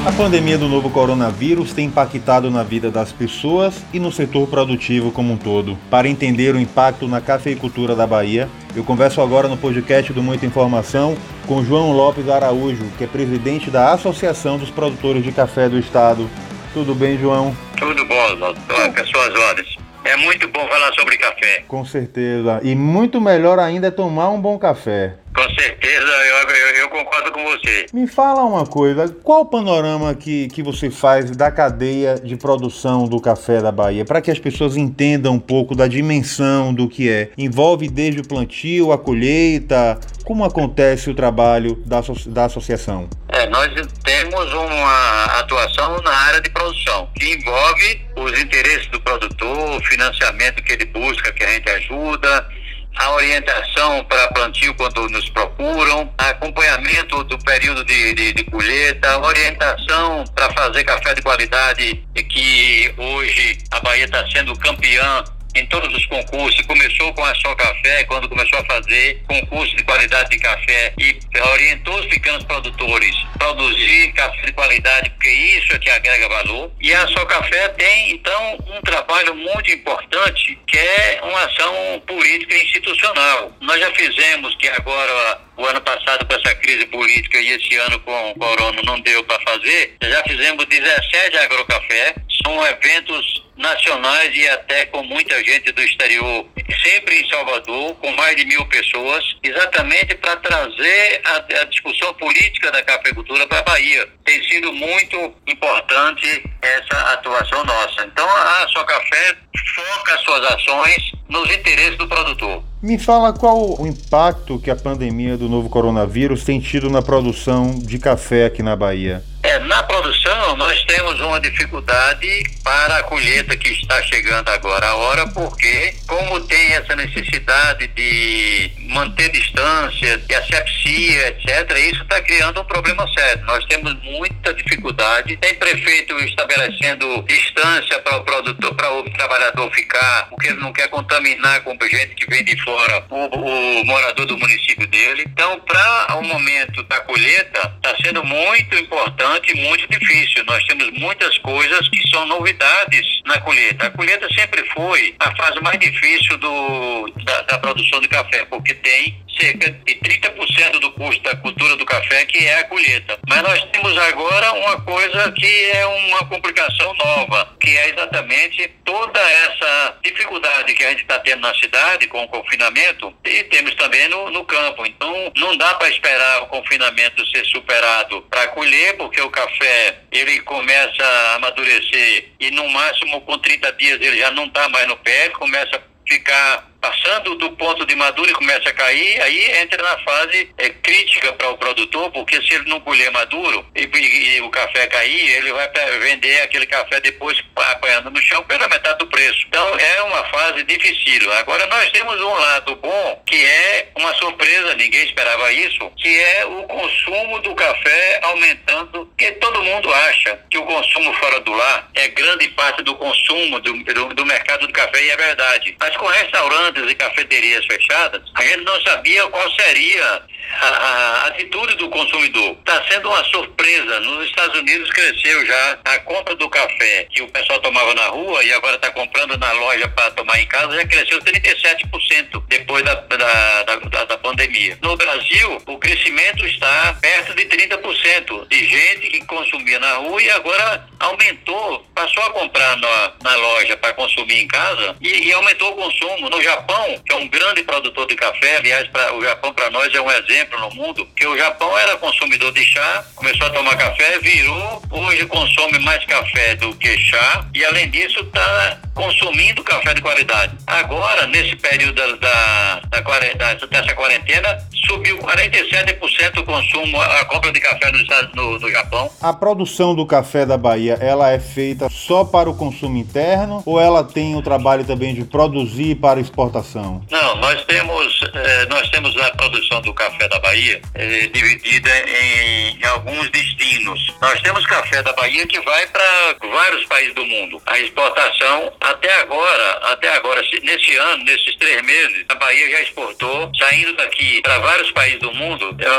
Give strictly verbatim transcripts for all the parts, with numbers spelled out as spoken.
A pandemia do novo coronavírus tem impactado na vida das pessoas e no setor produtivo como um todo. Para entender o impacto na cafeicultura da Bahia, eu converso agora no podcast do Muita Informação com João Lopes Araújo, que é presidente da Associação dos Produtores de Café do Estado. Tudo bem, João? Tudo bom, Oswaldo. Pessoas ordens. É muito bom falar sobre café. Com certeza. E muito melhor ainda é tomar um bom café. Com certeza, eu, eu, eu concordo com você. Me fala uma coisa, qual o panorama que, que você faz da cadeia de produção do café da Bahia, para que as pessoas entendam um pouco da dimensão do que é? Envolve desde o plantio, a colheita, como acontece o trabalho da, da associação? É, nós temos uma atuação na área de produção, que envolve os interesses do produtor, o financiamento que ele busca, que a gente ajuda, a orientação para plantio quando nos procuram, acompanhamento do período de, de, de colheita, orientação para fazer café de qualidade, que hoje a Bahia está sendo campeã em todos os concursos. Começou com a Só Café, quando começou a fazer concurso de qualidade de café e orientou os pequenos produtores a produzir café de qualidade, porque isso é que agrega valor. E a Só Café tem, então, um trabalho muito importante, que é uma ação política e institucional. Nós já fizemos, que agora, o ano passado, com essa crise política, e esse ano com o corona não deu para fazer, já fizemos dezessete agrocafé. São eventos nacionais e até com muita gente do exterior, sempre em Salvador, com mais de mil pessoas, exatamente para trazer a, a discussão política da cafeicultura para a Bahia. Tem sido muito importante essa atuação nossa. Então, a Só Café foca as suas ações nos interesses do produtor. Me fala qual o impacto que a pandemia do novo coronavírus tem tido na produção de café aqui na Bahia. É, na produção, nós temos uma dificuldade para a colheita que está chegando agora a hora, porque como tem essa necessidade de manter distância, de asepsia, etcétera, isso está criando um problema sério. Nós temos muita dificuldade. Tem prefeito estabelecendo distância para o produtor, para o trabalhador ficar, porque ele não quer contaminar com gente que vem de fora o, o morador do município dele. Então, para o momento da colheita, está sendo muito importante e muito difícil. Nós temos muitas coisas que são novidades na colheita. A colheita sempre foi a fase mais difícil do, da, da produção de café, porque tem cerca de trinta por cento do custo da cultura do café, que é a colheita. Mas nós temos agora uma coisa que é uma complicação nova, que é exatamente toda essa dificuldade que a gente está tendo na cidade com o confinamento, e temos também no, no campo. Então, não dá para esperar o confinamento ser superado para colher, porque o café, ele começa a amadurecer e no máximo com trinta dias ele já não está mais no pé, ele começa a ficar passando do ponto de maduro e começa a cair, aí entra na fase é, crítica para o produtor, porque se ele não colher maduro e, e, e o café cair, ele vai vender aquele café depois apanhando no chão pela metade do preço. Então é uma fase difícil. Agora nós temos um lado bom, que é uma surpresa, ninguém esperava isso, que é o consumo do café aumentando, porque todo mundo acha que o consumo fora do lar é grande parte do consumo do, do, do mercado do café, e é verdade. Mas com restaurantes e cafeterias fechadas, a gente não sabia qual seria a, a atitude do consumidor. Está sendo uma surpresa. Nos Estados Unidos cresceu já a compra do café que o pessoal tomava na rua e agora está comprando na loja para tomar em casa, já cresceu trinta e sete por cento depois da, da, da, da pandemia. No Brasil, o crescimento está perto de trinta por cento de gente que consumia na rua e agora aumentou, passou a comprar na, na loja para consumir em casa e, e aumentou o consumo. No Japão, que é um grande produtor de café, aliás, pra, o Japão para nós é um exemplo no mundo, que o Japão era consumidor de chá, começou a tomar café, virou, hoje consome mais café do que chá e além disso está consumindo café de qualidade. Agora, nesse período da, da, da, dessa quarentena, subiu quarenta e sete por cento o consumo, a compra de café no, no, no Japão. A produção do café da Bahia, ela é feita só para o consumo interno ou ela tem o trabalho também de produzir para exportação? Não, nós temos, eh, nós temos a produção do café da Bahia eh, dividida em, em alguns destinos. Nós temos café da Bahia que vai para vários países do mundo. A exportação, até agora, até agora, nesse ano, nesses três meses, a Bahia já exportou, saindo daqui para vários países do mundo, mais de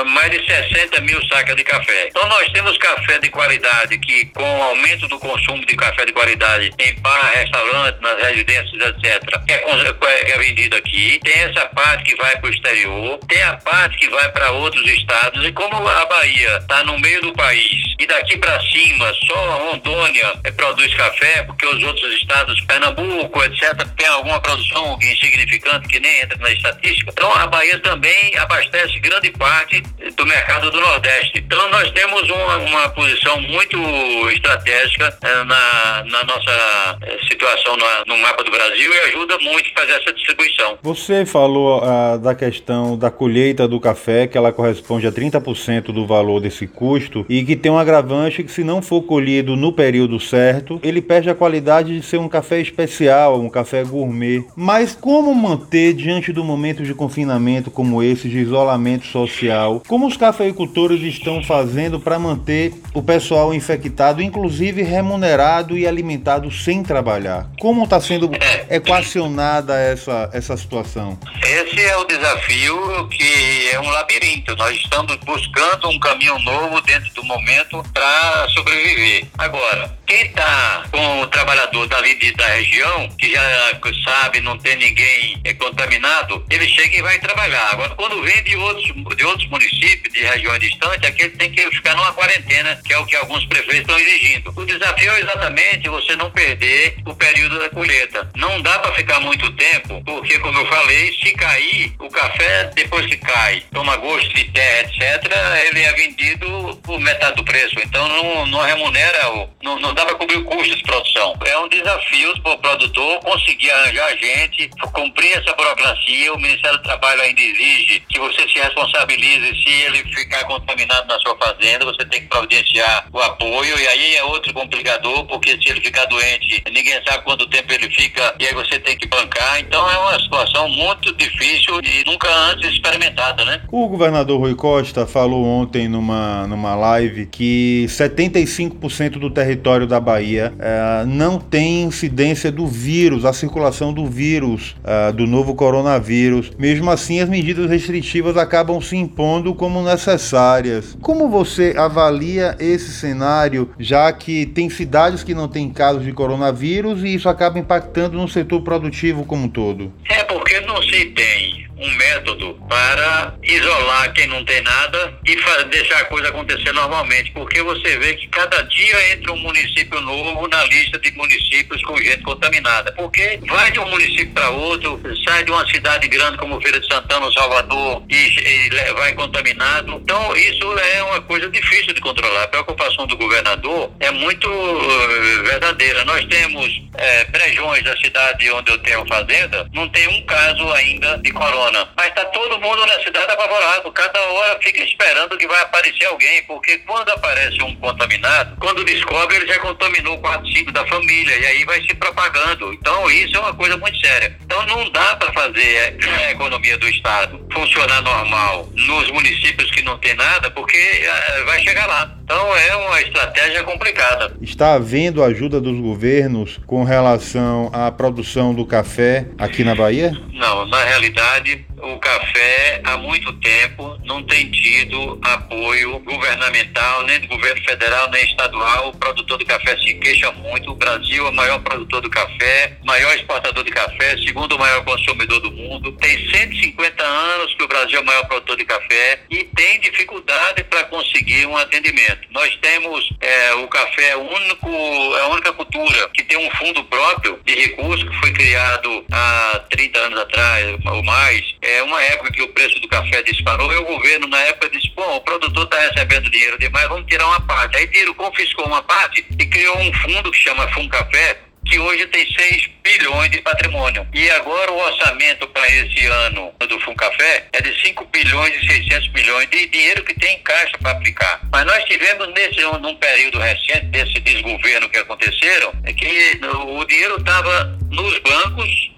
sessenta mil sacas de café. Então nós temos café de qualidade que, com o aumento do consumo de café de qualidade em bar, restaurante, nas residências, etcétera, que é, é vendido aqui. Tem essa parte que vai para o exterior, tem a parte que vai para outros estados, e como a Bahia está no meio do país e daqui para cima só a Rondônia é, produz café, porque os outros estados, Pernambuco, etcétera, tem alguma produção insignificante que nem entra na estatística. Então a Bahia também abastece grande parte do mercado do Nordeste. Então nós temos uma, uma posição muito estratégica é, na, na nossa é, situação no, no mapa do Brasil, e ajuda muito a fazer essa distribuição. Você falou ah, da questão da colheita do café, que ela corresponde a trinta por cento do valor desse custo, e que tem um agravante que, se não for colhido no período certo, ele perde a qualidade de ser um café especial, um café gourmet. Mas como manter, diante do momento de confinamento como esse, de isolamento social, como os cafeicultores estão fazendo para manter o pessoal infectado, inclusive remunerado e alimentado sem trabalhar? Como está sendo equacionada essa, essa situação? Esse é o desafio, que é um labirinto. Nós estamos buscando um caminho novo dentro do momento para sobreviver. Agora, quem está com o trabalhador dali de, da região, que já sabe, não tem ninguém é, contaminado, ele chega e vai trabalhar. Agora, quando vem de outros, de outros municípios, de regiões distantes, aquele tem que ficar numa quarentena, que é o que alguns prefeitos estão exigindo. O desafio é exatamente você não perder o período da colheita. Não dá para ficar muito tempo, porque, como eu falei, se cair, o café, depois que cai, toma gosto de terra, etcétera, ele é vendido por metade do preço. Então, não, não remunera, o, não, não dá para cobrir o custo de produção. É um desafio para o produtor conseguir arranjar gente, cumprir essa burocracia. O Ministério do Trabalho ainda exige que você se responsabilize se ele ficar contaminado na sua fazenda. Você tem que providenciar o apoio, e aí é outro complicador, porque se ele ficar doente, ninguém sabe quanto tempo ele fica, e aí você tem que bancar. Então é uma situação muito difícil e nunca antes experimentada, né? O governador Rui Costa falou ontem numa, numa live que setenta e cinco por cento do território da Bahia é, não tem incidência do vírus, a circulação do vírus, é, do novo coronavírus. Mesmo assim, as medidas restritivas acabam se impondo como necessárias. Como você avalia esse cenário, já que tem cidades que não têm casos de coronavírus e isso acaba impactando no setor produtivo como um todo? É porque não se tem um método para isolar quem não tem nada e deixar a coisa acontecer normalmente, porque você vê que cada dia entra um município novo na lista de municípios com gente contaminada, porque vai de um município para outro, sai de uma cidade grande como Feira de Santana, Salvador, e, e vai contaminado. Então isso é uma coisa difícil de controlar. A preocupação do governador é muito uh, verdadeira. Nós temos é, Brejões, da cidade onde eu tenho fazenda, não tem um caso ainda de corona. Mas está todo mundo na cidade apavorado. Cada hora fica esperando que vai aparecer alguém, porque quando aparece um contaminado, quando descobre, ele já contaminou quatro, cinco da família, e aí vai se propagando. Então isso é uma coisa muito séria. Então não dá para fazer a economia do estado funcionar normal nos municípios que não tem nada, porque vai chegar lá. Então é uma estratégia complicada. Está havendo ajuda dos governos com relação à produção do café aqui na Bahia? Não, na realidade, o café há muito tempo não tem tido apoio governamental, nem do governo federal, nem estadual. O produtor do café se queixa muito. O Brasil é o maior produtor do café, maior exportador de café, segundo maior consumidor do mundo. Tem cento e cinquenta anos que o Brasil é o maior produtor de café e tem dificuldade para conseguir um atendimento. Nós temos é, o café, é, único, é a única cultura que tem um fundo próprio de recursos, que foi criado há trinta anos atrás ou mais. É uma época que o preço do café disparou, e o governo na época disse: bom, o produtor está recebendo dinheiro demais, vamos tirar uma parte. Aí tirou, confiscou uma parte e criou um fundo que chama Funcafé, que hoje tem seis bilhões de patrimônio. E agora o orçamento para esse ano do Funcafé é de cinco bilhões e seiscentos milhões de dinheiro que tem em caixa para aplicar. Mas nós tivemos, nesse num período recente, desse desgoverno que aconteceram, é que o dinheiro estava nos bancos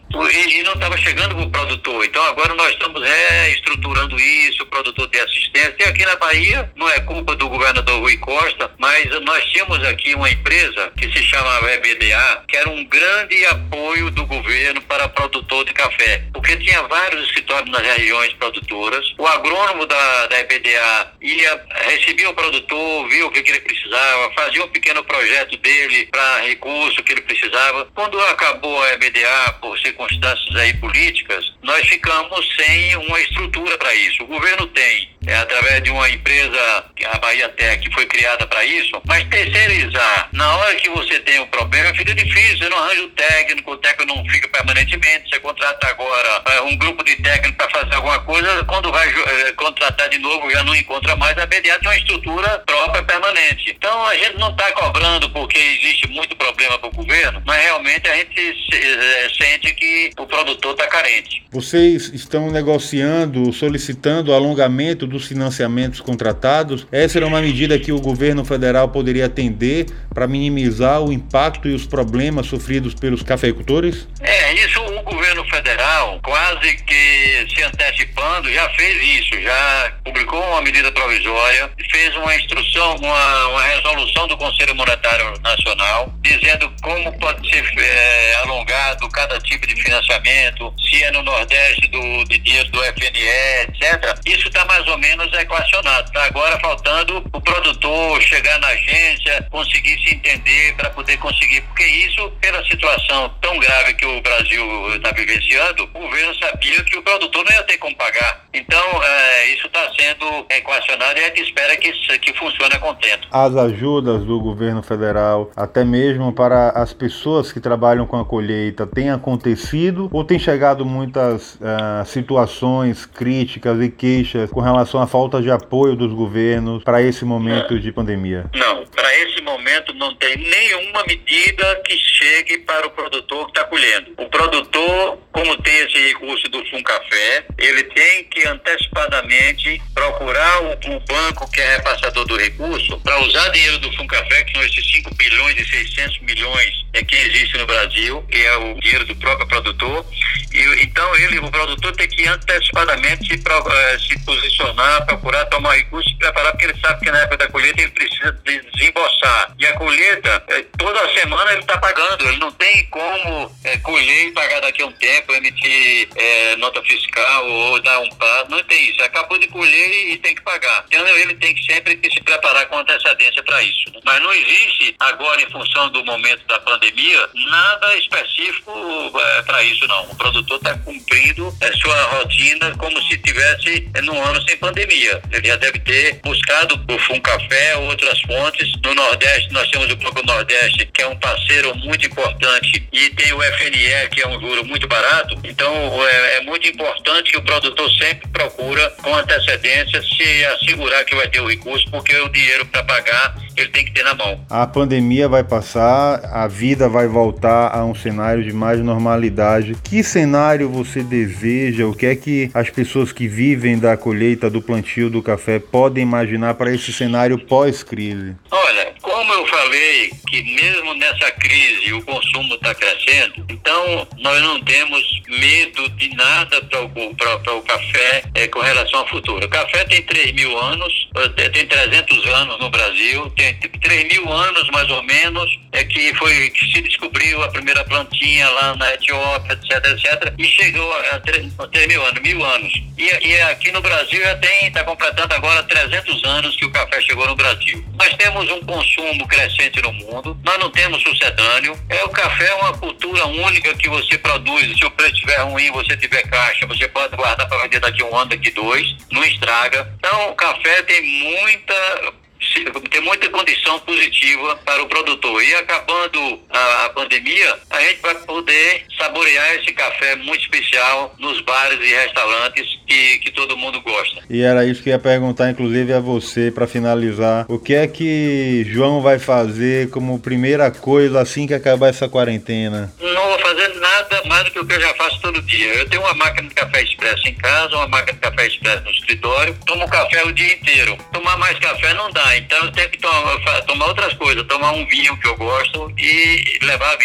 E, e não estava chegando para o produtor. Então agora nós estamos reestruturando isso, o produtor tem assistência. E aqui na Bahia, não é culpa do governador Rui Costa, mas nós tínhamos aqui uma empresa que se chamava E B D A, que era um grande apoio do governo para produtor de café, porque tinha vários escritórios nas regiões produtoras. O agrônomo da, da E B D A ia, recebia o produtor, via o que, que ele precisava, fazia um pequeno projeto dele para recurso que ele precisava. Quando acabou a E B D A, por circunstâncias aí políticas, nós ficamos sem uma estrutura para isso. O governo tem, é, através de uma empresa, a Bahia Tech, que foi criada para isso, mas terceirizar, na hora que você tem um problema, fica difícil, você não arranja o técnico, o técnico não fica permanentemente, você contrata agora é, um grupo de técnicos para fazer alguma coisa, quando vai é, contratar de novo, já não encontra mais. A B D A tem uma estrutura própria permanente. Então a gente não está cobrando porque existe muito problema para o governo, mas realmente a gente se, é, sente que o produtor está carente. Vocês estão negociando, solicitando o alongamento dos financiamentos contratados? Essa era uma medida que o governo federal poderia atender para minimizar o impacto e os problemas sofridos pelos cafeicultores? É, isso o governo federal, quase que se antecipando, já fez isso, já publicou uma medida provisória, fez uma instrução, uma, uma resolução do Conselho Monetário Nacional, dizendo como pode ser é, alongado cada tipo de financiamento, se é no Nordeste do, de dinheiro do F N E, etcétera. Isso está mais ou menos equacionado. Está agora faltando o produtor chegar na agência, conseguir se entender para poder conseguir, porque isso, pela situação tão grave que o Brasil está vivenciando, o governo sabia que o produtor não ia ter como pagar. Então, é, isso está sendo equacionado e a gente espera que, que funcione a contento. As ajudas do governo federal, até mesmo para as pessoas que trabalham com a colheita, têm acontecido ou tem chegado muitas uh, situações críticas e queixas com relação à falta de apoio dos governos para esse momento não. de pandemia? Não, para esse momento não tem nenhuma medida que chegue para o produtor que está colhendo. O produtor, como tem esse recurso do Funcafé, ele tem que antecipadamente procurar o, o banco que é repassador do recurso para usar dinheiro do Funcafé, que são esses cinco bilhões e seiscentos milhões é, que existe no Brasil, que é o dinheiro do próprio produtor. E, então ele, o produtor tem que antecipadamente se, pro, eh, se posicionar, procurar tomar recurso e preparar, porque ele sabe que na época da colheita ele precisa de desembolsar. E a colheita, eh, toda semana ele está pagando, ele não tem como eh, colher e pagar daqui a um tempo, emitir eh, nota fiscal ou dar um prazo, não tem isso. Acabou de colher e, e tem que pagar. Então ele tem que sempre que se preparar com antecedência para isso. Né? Mas não existe agora, em função do momento da pandemia, nada específico eh, para isso não. O produtor está cumprindo a sua rotina como se tivesse num ano sem pandemia. Ele já deve ter buscado o Funcafé, outras fontes. No Nordeste, nós temos o próprio Nordeste, que é um parceiro muito importante, e tem o F N E, que é um juro muito barato. Então, é, é muito importante que o produtor sempre procura, com antecedência, se assegurar que vai ter o recurso, porque o dinheiro para pagar, ele tem que ter na mão. A pandemia vai passar, a vida vai voltar a um cenário de mais normalidade. Que cenário você deseja? O que é que as pessoas que vivem da colheita, do plantio do café podem imaginar para esse cenário pós-crise? Olha, como eu falei que mesmo nessa crise o consumo está crescendo, então nós não temos medo de nada para o café é, com relação ao futuro. O café tem três mil anos, tem trezentos anos no Brasil, tem três mil anos mais ou menos, é que foi que se descobriu a primeira plantinha lá na Etiópia, etc, etcétera, e chegou a três mil anos, mil anos. E, e aqui no Brasil já tem, está completando agora trezentos anos que o café chegou no Brasil. Nós temos um consumo crescente no mundo, nós não temos sucedâneo. É, o café é uma cultura única que você produz. Se o preço estiver ruim, você tiver caixa, você pode guardar para vender daqui um ano, daqui dois, não estraga. Então o café tem muita... tem muita condição positiva para o produtor. E acabando a, a pandemia, a gente vai poder saborear esse café muito especial nos bares e restaurantes que, que todo mundo gosta. E era isso que eu ia perguntar, inclusive, a você, para finalizar. O que é que João vai fazer como primeira coisa assim que acabar essa quarentena? Não vou fazer nada mais do que o que eu já faço todo dia. Eu tenho uma máquina de café expresso em casa, uma máquina de café expresso no escritório, tomo café o dia inteiro. Tomar mais café não dá, então eu tenho que tomar, tomar outras coisas, tomar um vinho que eu gosto e levar a vida.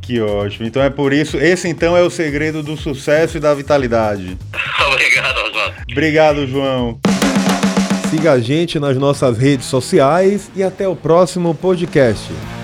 Que ótimo. Então é por isso, esse então é o segredo do sucesso e da vitalidade. Obrigado, Oswaldo. Obrigado, João. Siga a gente nas nossas redes sociais e até o próximo podcast.